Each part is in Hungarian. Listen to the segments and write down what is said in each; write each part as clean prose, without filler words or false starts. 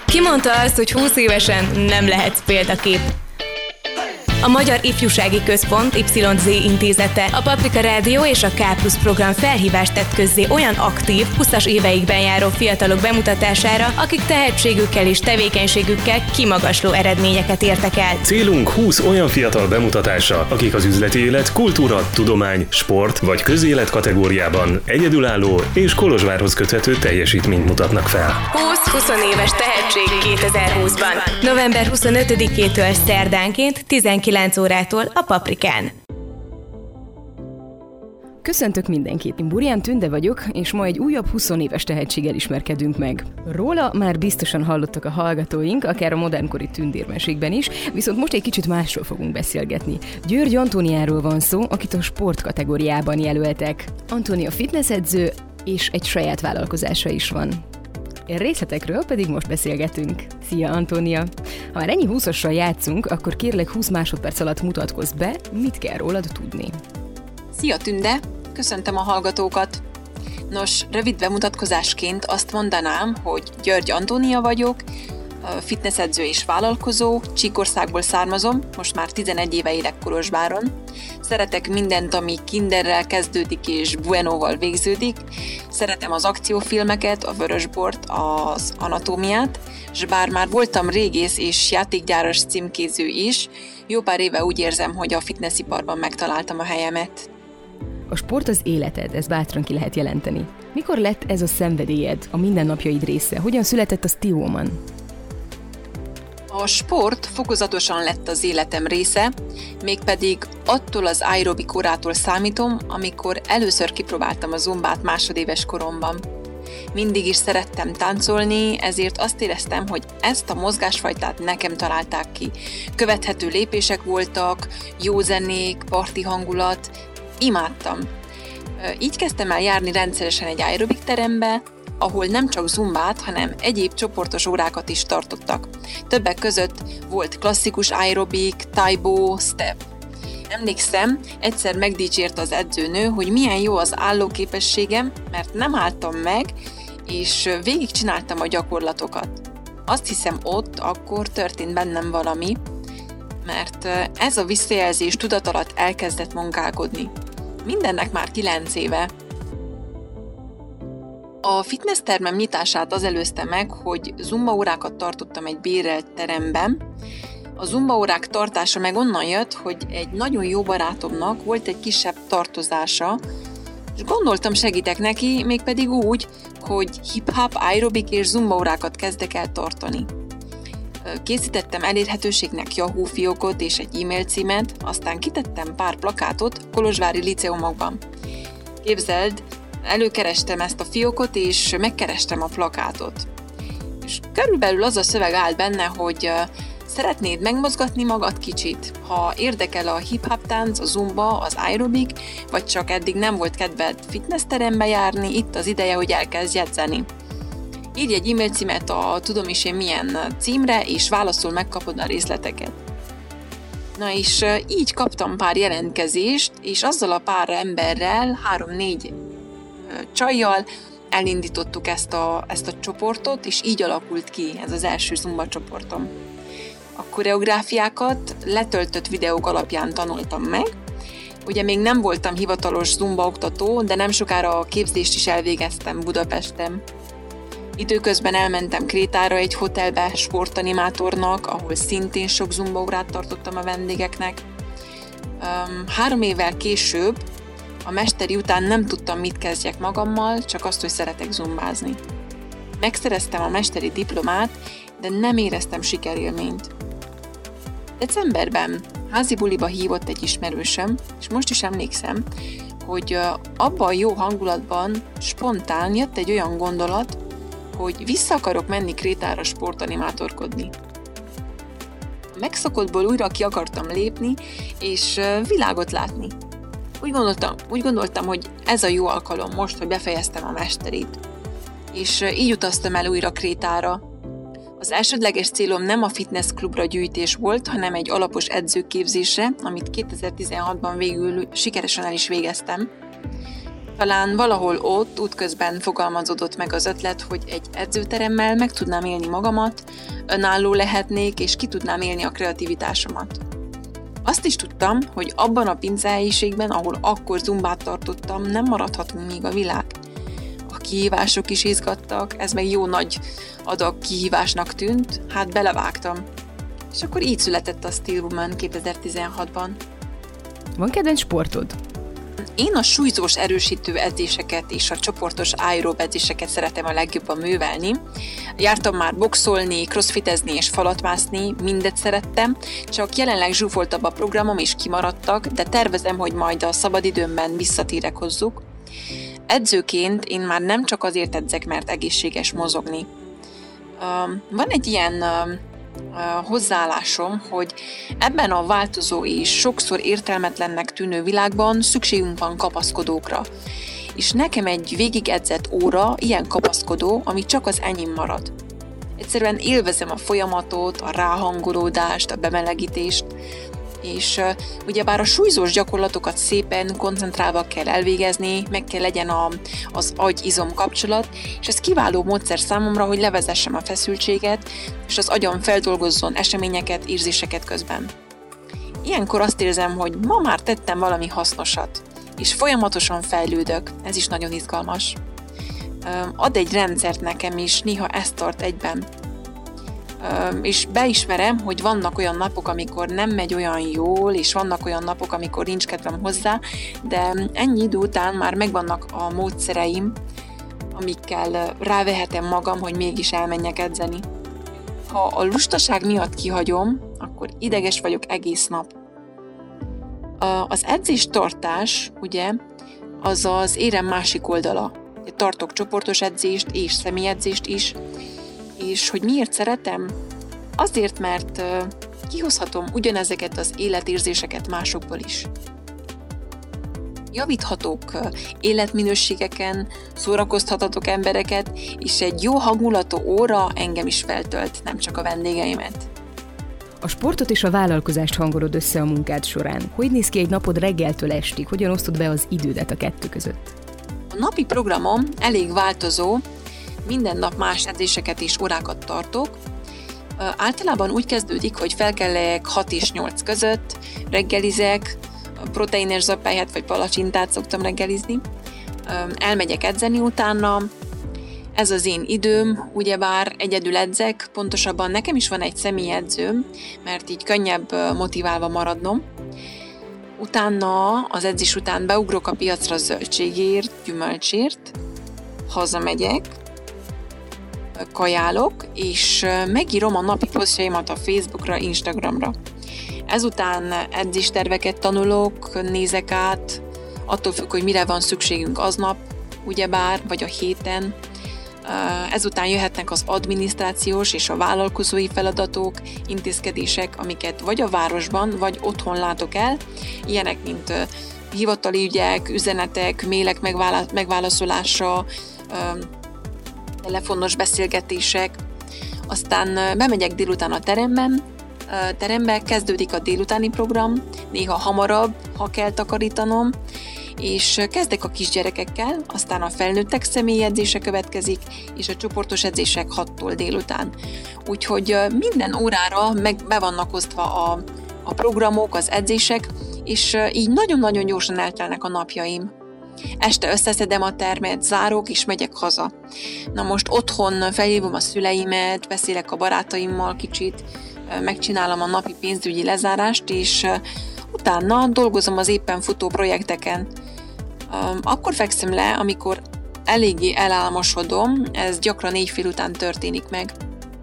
Ki mondta azt, hogy 20 évesen nem lehetsz példakép? A Magyar Ifjúsági Központ YZ intézete, a Paprika Rádió és a K+ program felhívást tett közzé olyan aktív, 20-as éveikben járó fiatalok bemutatására, akik tehetségükkel és tevékenységükkel kimagasló eredményeket értek el. Célunk 20 olyan fiatal bemutatása, akik az üzleti élet, kultúra, tudomány, sport vagy közélet kategóriában egyedülálló és Kolozsvárhoz köthető teljesítményt mutatnak fel. 20-20 éves tehetség 2020-ban. November 25-től szerdánként 19 órától a Paprikán. Köszöntök mindenkit! Én Burján Tünde vagyok, és ma egy újabb 20 éves tehetséggel ismerkedünk meg. Róla már biztosan hallottak a hallgatóink, akár a modernkori tündérmesékben is, viszont most egy kicsit másról fogunk beszélgetni. György Antóniáról van szó, akit a sport kategóriában jelöltek. Antónia fitnessedző, és egy saját vállalkozása is van. Részletekről pedig most beszélgetünk. Szia, Antónia! Ha már ennyi 20-assal játszunk, akkor kérlek 20 másodperc alatt mutatkozz be, mit kell rólad tudni. Szia, Tünde! Köszöntöm a hallgatókat! Nos, rövid bemutatkozásként azt mondanám, hogy György Antónia vagyok, fitnessedző és vállalkozó, Csíkországból származom, most már 11 éve élek Kolozsváron. Szeretek mindent, ami kinderrel kezdődik és buenóval végződik. Szeretem az akciófilmeket, a vörösbort, az anatómiát, és bár már voltam régész és játékgyáros címkéző is, jó pár éve úgy érzem, hogy a fitnessiparban megtaláltam a helyemet. A sport az életed, ez bátran ki lehet jelenteni. Mikor lett ez a szenvedélyed, a mindennapjaid része? Hogyan született a Steve Woman? A sport fokozatosan lett az életem része, mégpedig attól az aerobik órától számítom, amikor először kipróbáltam a zumbát másodéves koromban. Mindig is szerettem táncolni, ezért azt éreztem, hogy ezt a mozgásfajtát nekem találták ki. Követhető lépések voltak, jó zenék, parti hangulat, imádtam. Így kezdtem el járni rendszeresen egy aerobik terembe, ahol nem csak zumbát, hanem egyéb csoportos órákat is tartottak. Többek között volt klasszikus aerobik, Tae-Bo, step. Emlékszem, egyszer megdicsért az edzőnő, hogy milyen jó az állóképességem, mert nem álltam meg, és végigcsináltam a gyakorlatokat. Azt hiszem ott akkor történt bennem valami, mert ez a visszajelzés tudat alatt elkezdett munkálkodni. Mindennek már 9 éve. A fitness termem nyitását az előzte meg, hogy zumba órákat tartottam egy bérelt teremben. A zumba órák tartása meg onnan jött, hogy egy nagyon jó barátomnak volt egy kisebb tartozása, és gondoltam segítek neki, mégpedig úgy, hogy hip-hop, aerobik és zumba órákat kezdek el tartani. Készítettem elérhetőségnek Yahoo fiókot és egy e-mail címet, aztán kitettem pár plakátot kolozsvári liceumokban. Képzeld, előkerestem ezt a fiókot, és megkerestem a plakátot. És körülbelül az a szöveg állt benne, hogy szeretnéd megmozgatni magad kicsit, ha érdekel a hip-hop tánc, a zumba, az aerobik, vagy csak eddig nem volt kedved fitnessterembe járni, itt az ideje, hogy elkezdj edzeni. Írj egy e-mail címet a tudom is én milyen címre, és válaszol megkapod a részleteket. Na és így kaptam pár jelentkezést, és azzal a pár emberrel, 3-4 csajjal elindítottuk ezt a csoportot, és így alakult ki ez az első zumba csoportom. A koreográfiákat letöltött videók alapján tanultam meg. Ugye még nem voltam hivatalos zumba oktató, de nem sokára a képzést is elvégeztem Budapesten. Időközben elmentem Krétára egy hotelbe sportanimátornak, ahol szintén sok zumba órát tartottam a vendégeknek. 3 évvel később, a mesteri után nem tudtam, mit kezdjek magammal, csak azt, hogy szeretek zumbázni. Megszereztem a mesteri diplomát, de nem éreztem sikerélményt. Decemberben házi buliba hívott egy ismerősöm, és most is emlékszem, hogy abban a jó hangulatban spontán jött egy olyan gondolat, hogy vissza akarok menni Krétára sportanimátorkodni. A megszokottból újra ki akartam lépni, és világot látni. Úgy gondoltam, hogy ez a jó alkalom most, hogy befejeztem a mesterét. És így utaztam el újra Krétára. Az elsődleges célom nem a fitness klubra gyűjtés volt, hanem egy alapos edzőképzésre, amit 2016-ban végül sikeresen el is végeztem. Talán valahol ott útközben fogalmazódott meg az ötlet, hogy egy edzőteremmel meg tudnám élni magamat, önálló lehetnék, és ki tudnám élni a kreativitásomat. Azt is tudtam, hogy abban a pincehelyiségben, ahol akkor zumbát tartottam, nem maradhatunk még a világ. A kihívások is izgattak, ez meg jó nagy adag kihívásnak tűnt, hát belevágtam. És akkor így született a Steel Woman 2016-ban. Van kedvenc sportod? Én a súlyzós erősítő edzéseket és a csoportos aerob edzéseket szeretem a legjobban művelni. Jártam már boxolni, crossfitezni és falatmászni, mindet szerettem, csak jelenleg zsúfoltabb a programom és kimaradtak, de tervezem, hogy majd a szabadidőmben visszatérek hozzuk. Edzőként én már nem csak azért edzek, mert egészséges mozogni. Van egy ilyen hozzáállásom, hogy ebben a változó és sokszor értelmetlennek tűnő világban szükségünk van kapaszkodókra. És nekem egy végigedzett óra ilyen kapaszkodó, ami csak az enyém marad. Egyszerűen élvezem a folyamatot, a ráhangolódást, a bemelegítést, és ugyebár a súlyzós gyakorlatokat szépen, koncentrálva kell elvégezni, meg kell legyen az agy-izom kapcsolat, és ez kiváló módszer számomra, hogy levezessem a feszültséget, és az agyam feldolgozzon eseményeket, érzéseket közben. Ilyenkor azt érzem, hogy ma már tettem valami hasznosat, és folyamatosan fejlődök, ez is nagyon izgalmas. Ad egy rendszert nekem is, néha ez tart egyben. És beismerem, hogy vannak olyan napok, amikor nem megy olyan jól, és vannak olyan napok, amikor nincs kedvem hozzá, de ennyi idő után már megvannak a módszereim, amikkel rávehetem magam, hogy mégis elmenjek edzeni. Ha a lustaság miatt kihagyom, akkor ideges vagyok egész nap. Az edzéstartás, ugye, az az érem másik oldala. Tartok csoportos edzést és személyedzést is, és hogy miért szeretem? Azért, mert kihozhatom ugyanezeket az életérzéseket másokból is. Javíthatok életminőségeken, szórakoztathatok embereket, és egy jó hangulatú óra engem is feltölt, nem csak a vendégeimet. A sportot és a vállalkozást hangolod össze a munkád során. Hogy néz ki egy napod reggeltől estig? Hogyan osztod be az idődet a kettő között? A napi programom elég változó, minden nap más edzéseket és órákat tartok. Általában úgy kezdődik, hogy felkelek 6 és 8 között, reggelizek, proteines zappályát vagy palacsintát szoktam reggelizni. Elmegyek edzeni utána, ez az én időm, ugyebár egyedül edzek, pontosabban nekem is van egy személyedzőm, mert így könnyebb motiválva maradnom. Utána, az edzés után beugrok a piacra zöldségért, gyümölcsért, hazamegyek, kajálok, és megírom a napi posztjaimat a Facebookra, Instagramra. Ezután edzésterveket tanulok, nézek át, attól függ, hogy mire van szükségünk aznap, ugyebár, vagy a héten. Ezután jöhetnek az adminisztrációs és a vállalkozói feladatok, intézkedések, amiket vagy a városban, vagy otthon látok el, ilyenek, mint hivatali ügyek, üzenetek, mailek megválaszolása, telefonos beszélgetések. Aztán bemegyek délután a terembe, kezdődik a délutáni program, néha hamarabb, ha kell takarítanom, és kezdek a kisgyerekekkel, aztán a felnőttek személyedzése következik, és a csoportos edzések 6-tól délután. Úgyhogy minden órára be vannak osztva a programok, az edzések, és így nagyon-nagyon gyorsan eltelnek a napjaim. Este összeszedem a termet, zárok, és megyek haza. Na most otthon felhívom a szüleimet, beszélek a barátaimmal kicsit, megcsinálom a napi pénzügyi lezárást, és utána dolgozom az éppen futó projekteken. Akkor fekszem le, amikor eléggé elálmosodom, ez gyakran 4 után történik meg.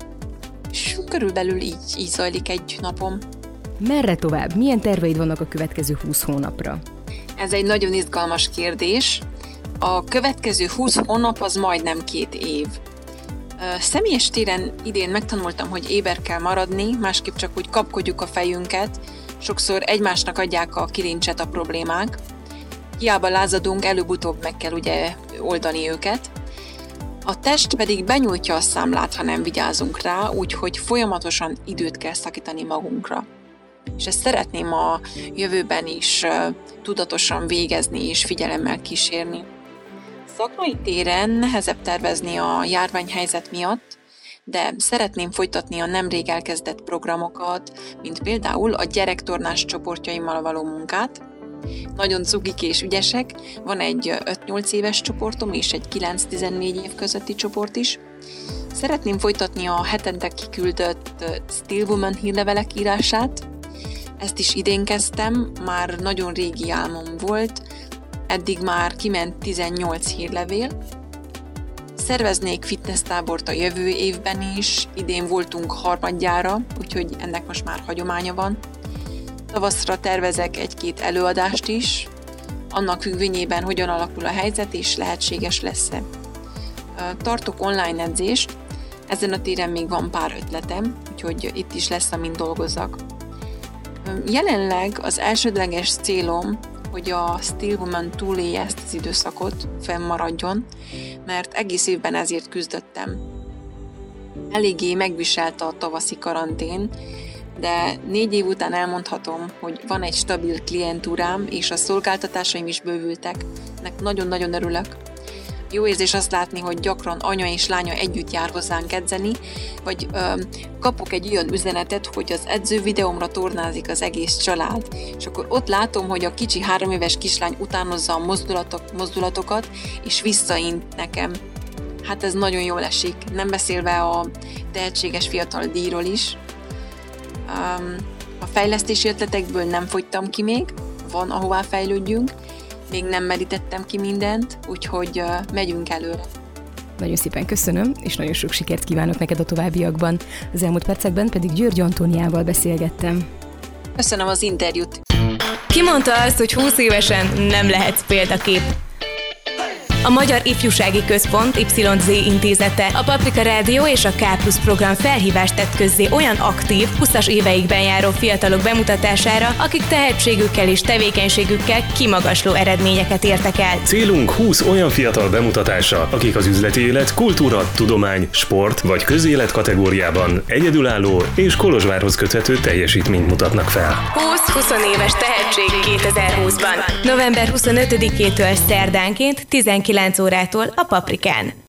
És körülbelül így zajlik egy napom. Merre tovább? Milyen terveid vannak a következő 20 hónapra? Ez egy nagyon izgalmas kérdés. A következő 20 hónap az majdnem 2 év. Személyes téren idén megtanultam, hogy éber kell maradni, másképp csak úgy kapkodjuk a fejünket, sokszor egymásnak adják a kilincset a problémák. Hiába lázadunk, előbb-utóbb meg kell ugye oldani őket. A test pedig benyújtja a számlát, ha nem vigyázunk rá, úgyhogy folyamatosan időt kell szakítani magunkra. És ezt szeretném a jövőben is tudatosan végezni és figyelemmel kísérni. Szakmai téren nehezebb tervezni a járványhelyzet miatt, de szeretném folytatni a nemrég elkezdett programokat, mint például a gyerektornás csoportjaimmal való munkát. Nagyon cugik és ügyesek, van egy 5-8 éves csoportom és egy 9-14 év közötti csoport is. Szeretném folytatni a hetente kiküldött Steel Woman hírlevelek írását. Ezt is idén kezdtem, már nagyon régi álmom volt, eddig már kiment 18 hírlevél. Szerveznék fitness tábort a jövő évben is, idén voltunk harmadjára, úgyhogy ennek most már hagyománya van. Tavaszra tervezek 1-2 előadást is, annak függvényében hogyan alakul a helyzet és lehetséges lesz-e. Tartok online edzést, ezen a téren még van pár ötletem, úgyhogy itt is lesz, amin dolgozzak. Jelenleg az elsődleges célom, hogy a Steel Woman túlélje ezt az időszakot, fennmaradjon, mert egész évben ezért küzdöttem. Eléggé megviselte a tavaszi karantén, de 4 év után elmondhatom, hogy van egy stabil klientúrám, és a szolgáltatásaim is bővültek. Ennek nagyon-nagyon örülök. Jó érzés azt látni, hogy gyakran anya és lánya együtt jár hozzánk edzeni, vagy kapok egy olyan üzenetet, hogy az edző videómra tornázik az egész család, és akkor ott látom, hogy a kicsi 3 éves kislány utánozza a mozdulatokat, és visszaint nekem. Hát ez nagyon jól esik, nem beszélve a tehetséges fiatal díjról is. A fejlesztési ötletekből nem fogytam ki még, van ahová fejlődjünk, még nem merítettem ki mindent, úgyhogy megyünk előre. Nagyon szépen köszönöm, és nagyon sok sikert kívánok neked a továbbiakban. Az elmúlt percekben pedig György Antóniával beszélgettem. Köszönöm az interjút. Ki mondta azt, hogy 20 évesen nem lehetsz példakép? A Magyar Ifjúsági Központ YZ intézete, a Paprika Rádió és a K+ program felhívást tett közzé olyan aktív, 20-as éveikben járó fiatalok bemutatására, akik tehetségükkel és tevékenységükkel kimagasló eredményeket értek el. Célunk 20 olyan fiatal bemutatása, akik az üzleti élet, kultúra, tudomány, sport vagy közélet kategóriában egyedülálló és Kolozsvárhoz köthető teljesítményt mutatnak fel. 20-20 éves tehetség 2020-ban. November 25-től szerdánként 19 órától a Paprikán.